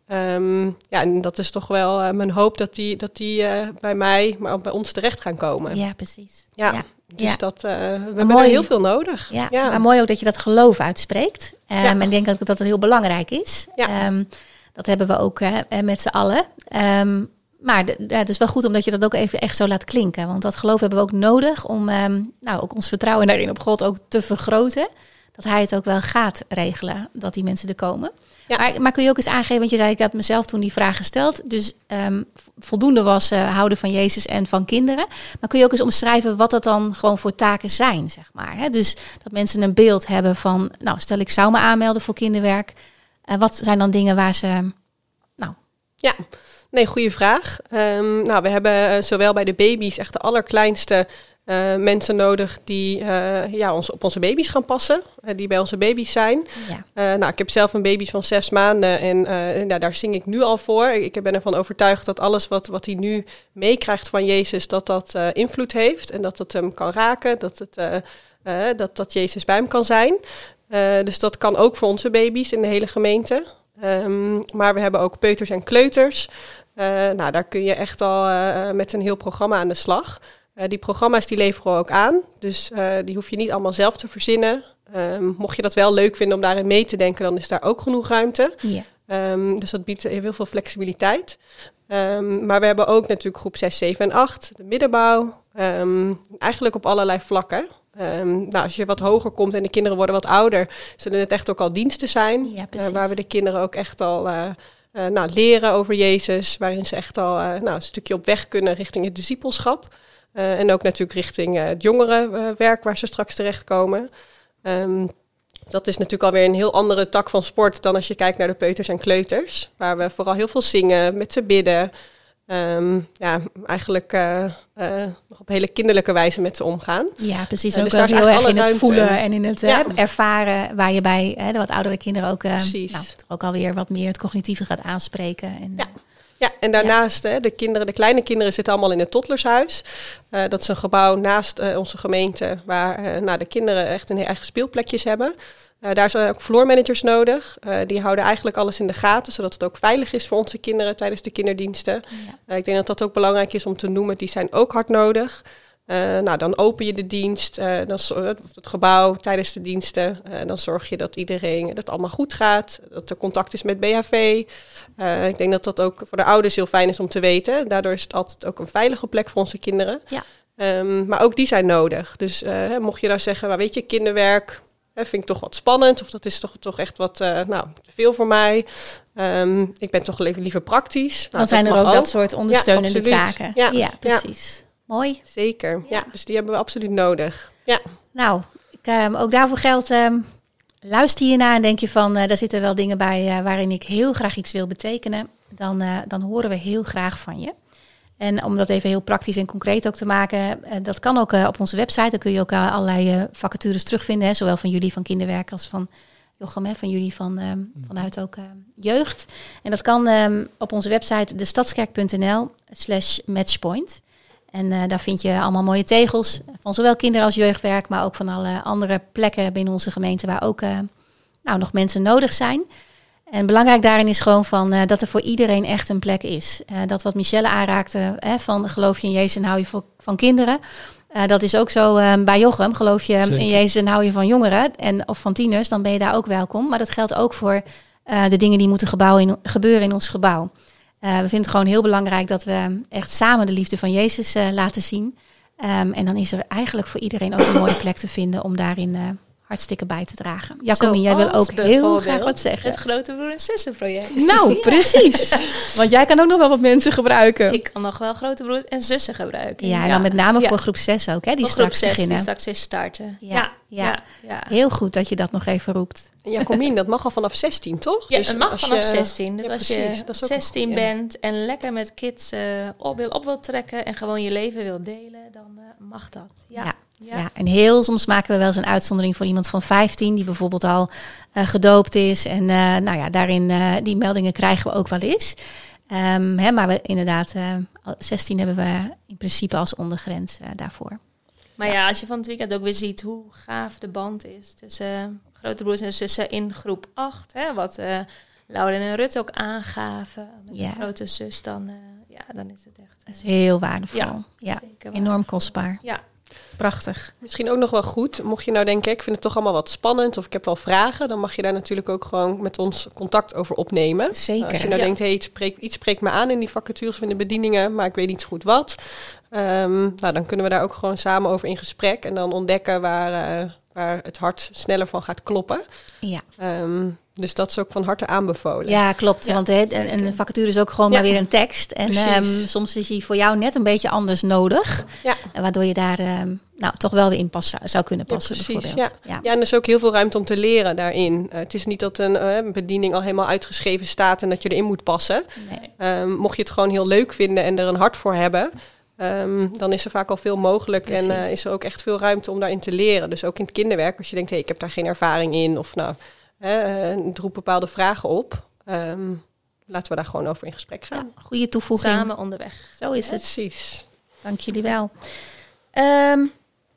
Um, ja, en dat is toch wel uh, mijn hoop dat die, dat die uh, bij mij, maar ook bij ons terecht gaan komen. Ja, precies. Ja, ja. dus ja. dat, uh, we maar hebben mooi. Er heel veel nodig. Ja, ja, maar mooi ook dat je dat geloof uitspreekt. Um, ja. En ik denk ook dat het heel belangrijk is. Ja. Um, dat hebben we ook uh, met z'n allen. Um, maar de, ja, het is wel goed omdat je dat ook even echt zo laat klinken. Want dat geloof hebben we ook nodig om um, nou, ook ons vertrouwen daarin op God ook te vergroten. Dat hij het ook wel gaat regelen, dat die mensen er komen. Ja. Maar, maar kun je ook eens aangeven, want je zei, ik heb mezelf toen die vraag gesteld. Dus um, voldoende was uh, houden van Jezus en van kinderen. Maar kun je ook eens omschrijven wat dat dan gewoon voor taken zijn, zeg maar. Hè? Dus dat mensen een beeld hebben van, nou, stel ik zou me aanmelden voor kinderwerk. Uh, wat zijn dan dingen waar ze, nou... Ja, nee, goede vraag. Um, nou, we hebben uh, zowel bij de baby's echt de allerkleinste... Uh, mensen nodig die uh, ja, ons, op onze baby's gaan passen, uh, die bij onze baby's zijn. Ja. Uh, nou, ik heb zelf een baby van zes maanden en uh, nou, daar zing ik nu al voor. Ik ben ervan overtuigd dat alles wat, wat hij nu meekrijgt van Jezus, dat dat uh, invloed heeft en dat het hem kan raken, dat, het, uh, uh, dat, dat Jezus bij hem kan zijn. Uh, dus dat kan ook voor onze baby's in de hele gemeente. Um, maar we hebben ook peuters en kleuters. Uh, nou, daar kun je echt al uh, met een heel programma aan de slag. Uh, die programma's die leveren we ook aan, dus uh, die hoef je niet allemaal zelf te verzinnen. Um, mocht je dat wel leuk vinden om daarin mee te denken, dan is daar ook genoeg ruimte. Ja. Um, dus dat biedt heel veel flexibiliteit. Um, maar we hebben ook natuurlijk groep zes, zeven en acht, de middenbouw. Um, eigenlijk op allerlei vlakken. Um, nou, als je wat hoger komt en de kinderen worden wat ouder, zullen het echt ook al diensten zijn. Ja, uh, waar we de kinderen ook echt al... Uh, uh, nou, leren over Jezus, waarin ze echt al uh, nou, een stukje op weg kunnen richting het discipelschap. Uh, en ook natuurlijk richting uh, het jongerenwerk uh, waar ze straks terechtkomen. Um, dat is natuurlijk alweer een heel andere tak van sport dan als je kijkt naar de peuters en kleuters. Waar we vooral heel veel zingen, met ze bidden. Um, ja, eigenlijk uh, uh, nog op hele kinderlijke wijze met ze omgaan. Ja, precies. Uh, dus ook daar heel erg in het voelen en in het ja. uh, ervaren waar je bij uh, de wat oudere kinderen ook, uh, nou, toch ook alweer wat meer het cognitieve gaat aanspreken. En, ja. Ja, en daarnaast, ja. hè, de kinderen, de kleine kinderen zitten allemaal in het Toddlershuis. Uh, dat is een gebouw naast uh, onze gemeente waar uh, nou, de kinderen echt hun eigen speelplekjes hebben. Uh, daar zijn ook floormanagers nodig. Uh, die houden eigenlijk alles in de gaten, zodat het ook veilig is voor onze kinderen tijdens de kinderdiensten. Ja. Uh, ik denk dat dat ook belangrijk is om te noemen. Die zijn ook hard nodig. Uh, nou, dan open je de dienst, uh, dan het gebouw tijdens de diensten. Uh, dan zorg je dat iedereen, dat het allemaal goed gaat. Dat er contact is met B H V. Uh, ik denk dat dat ook voor de ouders heel fijn is om te weten. Daardoor is het altijd ook een veilige plek voor onze kinderen. Ja. Um, maar ook die zijn nodig. Dus uh, mocht je nou zeggen, maar weet je, kinderwerk hè, vind ik toch wat spannend. Of dat is toch, toch echt wat uh, nou, te veel voor mij. Um, ik ben toch liever, liever praktisch. Nou, dan zijn er ook, ook dat soort ondersteunende ja, taken. Ja, ja precies. Ja. Mooi. Zeker, ja. ja. Dus die hebben we absoluut nodig. Ja. Nou, ik, um, ook daarvoor geldt, um, luister je naar en denk je van, uh, daar zitten wel dingen bij uh, waarin ik heel graag iets wil betekenen. Dan, uh, dan horen we heel graag van je. En om dat even heel praktisch en concreet ook te maken, uh, dat kan ook uh, op onze website. Dan kun je ook uh, allerlei uh, vacatures terugvinden, hè, zowel van jullie van kinderwerk als van Jochem, hè, van jullie van, um, vanuit ook uh, jeugd. En dat kan um, op onze website destadskerk.nl slash matchpoint. En uh, daar vind je allemaal mooie tegels van zowel kinder- als jeugdwerk, maar ook van alle andere plekken binnen onze gemeente waar ook uh, nou, nog mensen nodig zijn. En belangrijk daarin is gewoon van, uh, dat er voor iedereen echt een plek is. Uh, dat wat Michelle aanraakte, hè, van geloof je in Jezus en hou je voor, van kinderen. Uh, dat is ook zo uh, bij Jochem. Geloof je Zeker. in Jezus en hou je van jongeren en, of van tieners, dan ben je daar ook welkom. Maar dat geldt ook voor uh, de dingen die moeten gebouwen in, gebeuren in ons gebouw. Uh, we vinden het gewoon heel belangrijk dat we echt samen de liefde van Jezus uh, laten zien. Um, en dan is er eigenlijk voor iedereen ook een mooie plek te vinden om daarin uh, hartstikke bij te dragen. Jacomien, jij wil ook heel graag wat zeggen. Het grote broer en zussen project. Nou, precies. Want jij kan ook nog wel wat mensen gebruiken. Ik kan nog wel grote broers en zussen gebruiken. Ja, en dan met name ja. voor groep zes ook, hè, die voor straks groep zes, beginnen. Die straks weer starten. Ja, ja. ja. ja. ja. Heel goed dat je dat nog even roept. Jacomien, dat mag al vanaf zestien, toch? Ja, dus het mag vanaf je, zestien. Dus ja, als precies, je dat is ook zestien goed, bent ja. en lekker met kids uh, op, wil, op wil trekken en gewoon je leven wil delen, dan uh, mag dat. Ja. Ja. Ja. ja, en heel soms maken we wel eens een uitzondering voor iemand van vijftien... die bijvoorbeeld al uh, gedoopt is. En uh, nou ja, daarin, uh, die meldingen krijgen we ook wel eens. Um, hè, maar we inderdaad, uh, zestien hebben we in principe als ondergrens uh, daarvoor. Maar ja. ja, als je van het weekend ook weer ziet hoe gaaf de band is tussen uh, grote broers en zussen in groep acht. Hè, wat uh, Laura en Rut ook aangaven met ja. de grote zus, dan, uh, ja, dan is het echt... Uh, dat is heel waardevol. Ja, ja. Zeker enorm waardevol. Kostbaar. Ja. Prachtig. Misschien ook nog wel goed, mocht je nou denken, ik vind het toch allemaal wat spannend of ik heb wel vragen, dan mag je daar natuurlijk ook gewoon met ons contact over opnemen. Zeker. Als je nou ja. denkt, hey, iets, spreekt, iets spreekt me aan in die vacatures of in de bedieningen, maar ik weet niet zo goed wat. Um, nou, dan kunnen we daar ook gewoon samen over in gesprek en dan ontdekken waar, uh, waar het hart sneller van gaat kloppen. Ja. Um, Dus dat is ook van harte aanbevolen. Ja, klopt. Ja, want hè, en, en de vacature is ook gewoon ja. maar weer een tekst. En um, soms is die voor jou net een beetje anders nodig. Ja. Waardoor je daar um, nou, toch wel weer in pas zou, zou kunnen passen. Ja, precies. Ja. Ja. ja, en er is ook heel veel ruimte om te leren daarin. Uh, het is niet dat een uh, bediening al helemaal uitgeschreven staat en dat je erin moet passen. Nee. Um, mocht je het gewoon heel leuk vinden en er een hart voor hebben, Um, dan is er vaak al veel mogelijk. Precies. En uh, is er ook echt veel ruimte om daarin te leren. Dus ook in het kinderwerk, als je denkt, hé, hey, ik heb daar geen ervaring in. Of nou, het roept bepaalde vragen op. Um, laten we daar gewoon over in gesprek gaan. Ja, goede toevoeging. Samen onderweg. Zo is ja, het. Precies. Dank jullie wel. Um,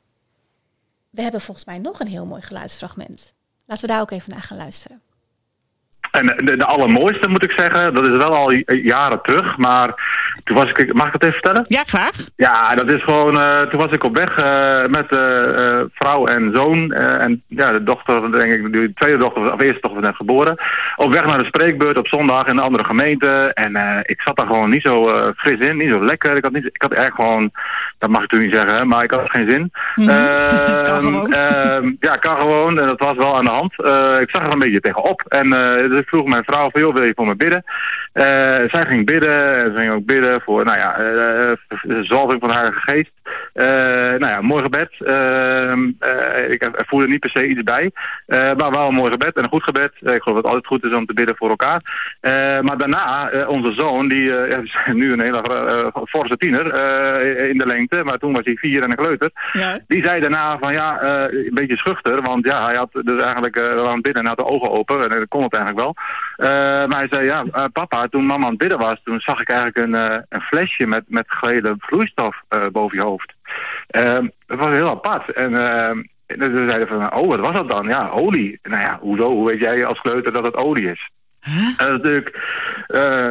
we hebben volgens mij nog een heel mooi geluidsfragment. Laten we daar ook even naar gaan luisteren. En de, de allermooiste moet ik zeggen, dat is wel al jaren terug, maar toen was ik, mag ik het even vertellen? Ja, graag. Ja, dat is gewoon, uh, toen was ik op weg uh, met uh, uh, vrouw en zoon uh, en ja, de dochter, denk ik, de tweede dochter, of eerste dochter was net geboren, op weg naar de spreekbeurt op zondag in een andere gemeente en uh, ik zat daar gewoon niet zo uh, fris in, niet zo lekker, ik had, niet, ik had echt gewoon, dat mag ik natuurlijk niet zeggen, hè, maar ik had geen zin. Mm-hmm. Uh, kan gewoon. Uh, ja, kan gewoon, en dat was wel aan de hand. Uh, ik zag er een beetje tegenop en uh, dus ik vroeg mijn vrouw van, joh, wil je voor me bidden? Uh, zij ging bidden, en ze ging ook bidden voor, nou ja, uh, de zalving van de Heilige Geest. Uh, nou ja, mooi gebed. Uh, uh, ik voelde niet per se iets bij, uh, maar wel een mooi gebed en een goed gebed. Uh, ik geloof dat het altijd goed is om te bidden voor elkaar. Uh, maar daarna, uh, onze zoon, die uh, ja, is nu een hele uh, forse tiener uh, in de lengte, maar toen was hij vier en een kleuter. Ja. Die zei daarna van, ja, uh, een beetje schuchter, want ja, hij had dus eigenlijk uh, aan het bidden en had de ogen open en dat kon het eigenlijk wel. Uh, maar hij zei, ja, uh, papa, toen mama aan het bidden was, toen zag ik eigenlijk een, uh, een flesje met, met gele vloeistof uh, boven je hoofd. Uh, dat was heel apart. En uh, ze zeiden van, oh, wat was dat dan? Ja, olie. Nou ja, hoezo? Hoe weet jij als kleuter dat het olie is? Huh? En dat is natuurlijk... Uh,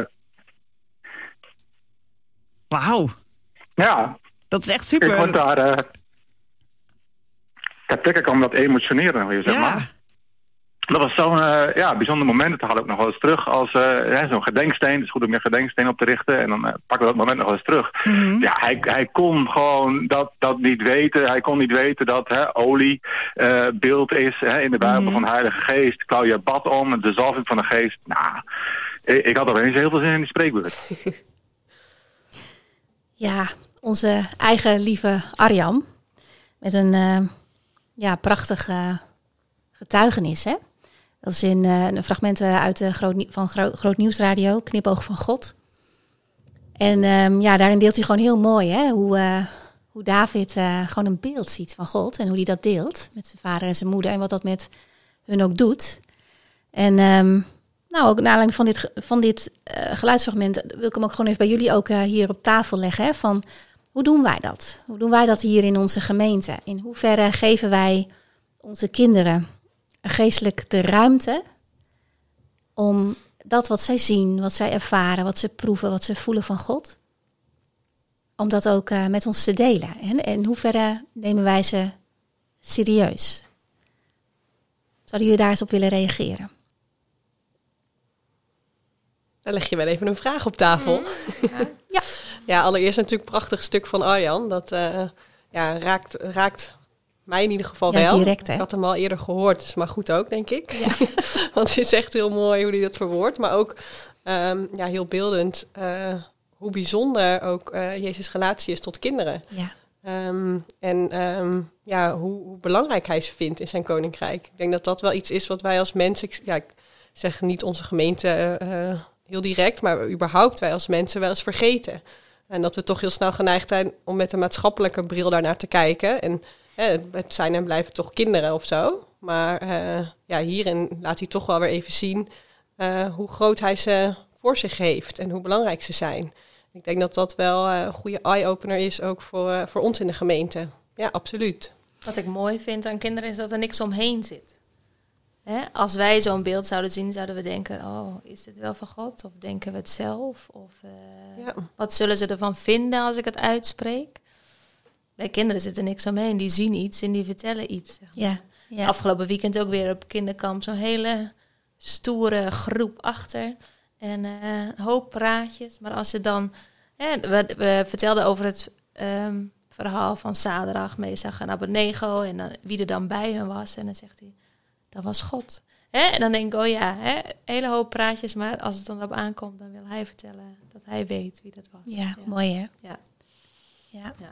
Wauw. Ja. Dat is echt super. Ik word daar... Uh, ja, trekken kan dat emotioneren, wil je zeg ja. maar. Dat was zo'n uh, ja, bijzonder moment. Dat haal ik nog wel eens terug als uh, ja, zo'n gedenksteen. Het is goed om een gedenksteen op te richten. En dan uh, pakken we dat moment nog wel eens terug. Mm-hmm. Ja, hij, hij kon gewoon dat, dat niet weten. Hij kon niet weten dat hè, olie uh, beeld is hè, in de Bijbel mm-hmm. van de Heilige Geest. Klauw je bad om, de zalving van de Geest. Nou, ik, ik had opeens heel veel zin in die spreekbeurt. Ja, onze eigen lieve Arjan. Met een uh, ja, prachtig uh, getuigenis, hè? Dat is in uh, een fragment uit de Groot, van Gro- Groot Nieuwsradio, Knipoog van God. En um, ja, daarin deelt hij gewoon heel mooi, hè? Hoe, uh, hoe David uh, gewoon een beeld ziet van God en hoe hij dat deelt met zijn vader en zijn moeder en wat dat met hun ook doet. En um, nou, ook naar aanleiding van dit, van dit uh, geluidsfragment wil ik hem ook gewoon even bij jullie ook uh, hier op tafel leggen. Hè, van hoe doen wij dat? Hoe doen wij dat hier in onze gemeente? In hoeverre geven wij onze kinderen geestelijk de ruimte om dat wat zij zien, wat zij ervaren, wat ze proeven, wat ze voelen van God, om dat ook uh, met ons te delen? En in hoeverre nemen wij ze serieus? Zouden jullie daar eens op willen reageren? Dan leg je wel even een vraag op tafel. Mm, ja. ja. ja, allereerst natuurlijk een prachtig stuk van Arjan. Dat uh, ja, raakt, raakt mij in ieder geval ja, wel. Direct, hè? Ik had hem al eerder gehoord, dus maar goed ook, denk ik. Ja. Want het is echt heel mooi hoe hij dat verwoordt. Maar ook um, ja, heel beeldend uh, hoe bijzonder ook uh, Jezus' relatie is tot kinderen. Ja. Um, en um, ja, hoe, hoe belangrijk hij ze vindt in zijn koninkrijk. Ik denk dat dat wel iets is wat wij als mensen... Ik, ja, ik zeg niet onze gemeente uh, heel direct, maar überhaupt wij als mensen wel eens vergeten. En dat we toch heel snel geneigd zijn om met een maatschappelijke bril daarnaar te kijken. En eh, het zijn en blijven toch kinderen of zo. Maar uh, ja, hierin laat hij toch wel weer even zien uh, hoe groot hij ze voor zich heeft en hoe belangrijk ze zijn. Ik denk dat dat wel uh, een goede eye-opener is, ook voor, uh, voor ons in de gemeente. Ja, absoluut. Wat ik mooi vind aan kinderen is dat er niks omheen zit. Hè? Als wij zo'n beeld zouden zien, zouden we denken, oh, is dit wel van God? Of denken we het zelf? Of uh, ja. Wat zullen ze ervan vinden als ik het uitspreek? Bij kinderen zit er niks omheen. Die zien iets en die vertellen iets. Zeg maar. ja, ja. Afgelopen weekend ook weer op kinderkamp zo'n hele stoere groep achter. En uh, een hoop praatjes. Maar als je dan... Hè, we, we vertelden over het um, verhaal van Sadrach, Mesach en Abednego. En dan, wie er dan bij hen was. En dan zegt hij, dat was God. Hè? En dan denk ik, oh ja, hè, een hele hoop praatjes. Maar als het dan op aankomt, dan wil hij vertellen dat hij weet wie dat was. Ja, ja. mooi hè? Ja. Ja. ja.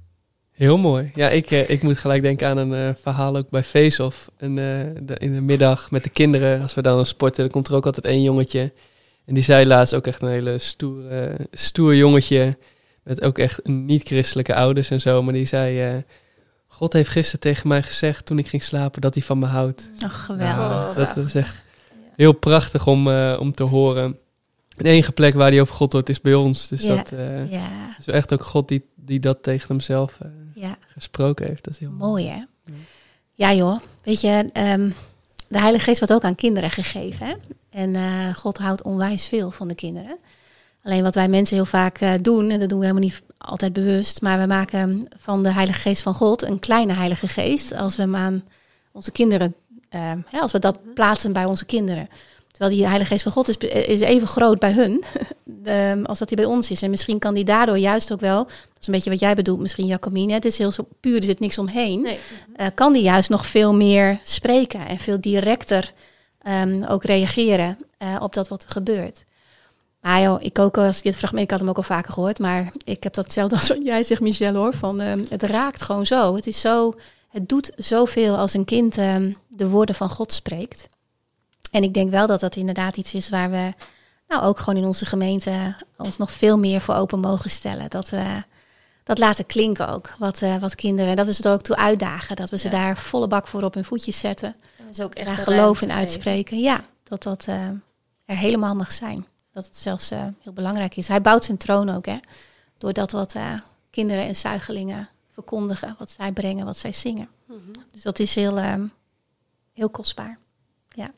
Heel mooi. Ja, ik, uh, ik moet gelijk denken aan een uh, verhaal ook bij Face-Off. En, uh, de, in de middag met de kinderen, als we dan sporten, dan komt er ook altijd één jongetje. En die zei laatst ook echt een hele stoer, uh, stoer jongetje. Met ook echt niet-christelijke ouders en zo. Maar die zei, uh, God heeft gisteren tegen mij gezegd toen ik ging slapen dat hij van me houdt. Ach, geweldig. Nou, dat is echt heel prachtig om, uh, om te horen. De enige plek waar hij over God hoort is bij ons. Dus ja, dat uh, ja. is echt ook God die, die dat tegen hemzelf uh, ja. gesproken heeft. Dat is heel mooi. Mooi, hè? Ja, ja joh. Weet je, um, de Heilige Geest wordt ook aan kinderen gegeven. Hè? En uh, God houdt onwijs veel van de kinderen. Alleen wat wij mensen heel vaak uh, doen, en dat doen we helemaal niet altijd bewust, maar we maken van de Heilige Geest van God een kleine Heilige Geest als we hem aan onze kinderen, uh, ja, als we dat plaatsen bij onze kinderen. Terwijl die Heilige Geest van God is, is even groot bij hun de, als dat hij bij ons is. En misschien kan die daardoor juist ook wel, dat is een beetje wat jij bedoelt, misschien Jacomine, het is heel zo puur, er zit niks omheen. Nee. Uh, kan die juist nog veel meer spreken en veel directer um, ook reageren uh, op dat wat er gebeurt. Maar joh, ik ook als dit fragment, ik had hem ook al vaker gehoord, maar ik heb dat hetzelfde als wat jij zegt, Michelle, hoor. Van, uh, het raakt gewoon zo. Het is zo, het doet zoveel als een kind uh, de woorden van God spreekt. En ik denk wel dat dat inderdaad iets is waar we nou ook gewoon in onze gemeente ons nog veel meer voor open mogen stellen. Dat we dat laten klinken ook, wat, uh, wat kinderen, dat we ze er ook toe uitdagen. Dat we ze ja. daar volle bak voor op hun voetjes zetten. Dat is ook echt daar geloof in uitspreken. Ja, dat dat uh, er helemaal mag zijn. Dat het zelfs uh, heel belangrijk is. Hij bouwt zijn troon ook, hè. Door dat wat uh, kinderen en zuigelingen verkondigen. Wat zij brengen, wat zij zingen. Mm-hmm. Dus dat is heel, uh, heel kostbaar. Ja.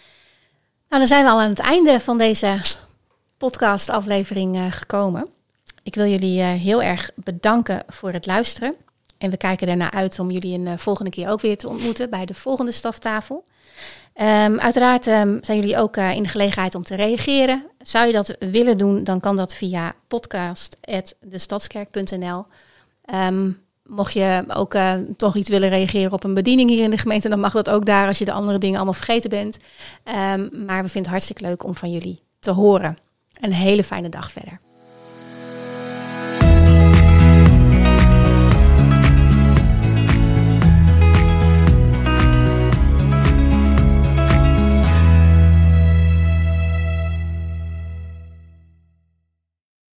Nou, dan zijn we al aan het einde van deze podcastaflevering uh, gekomen. Ik wil jullie uh, heel erg bedanken voor het luisteren. En we kijken ernaar uit om jullie een uh, volgende keer ook weer te ontmoeten bij de volgende staftafel. Um, uiteraard um, zijn jullie ook uh, in de gelegenheid om te reageren. Zou je dat willen doen, dan kan dat via podcast apenstaartje de stadskerk punt n l. Um, mocht je ook uh, toch iets willen reageren op een bediening hier in de gemeente, dan mag dat ook daar als je de andere dingen allemaal vergeten bent. Um, maar we vinden het hartstikke leuk om van jullie te horen. Een hele fijne dag verder.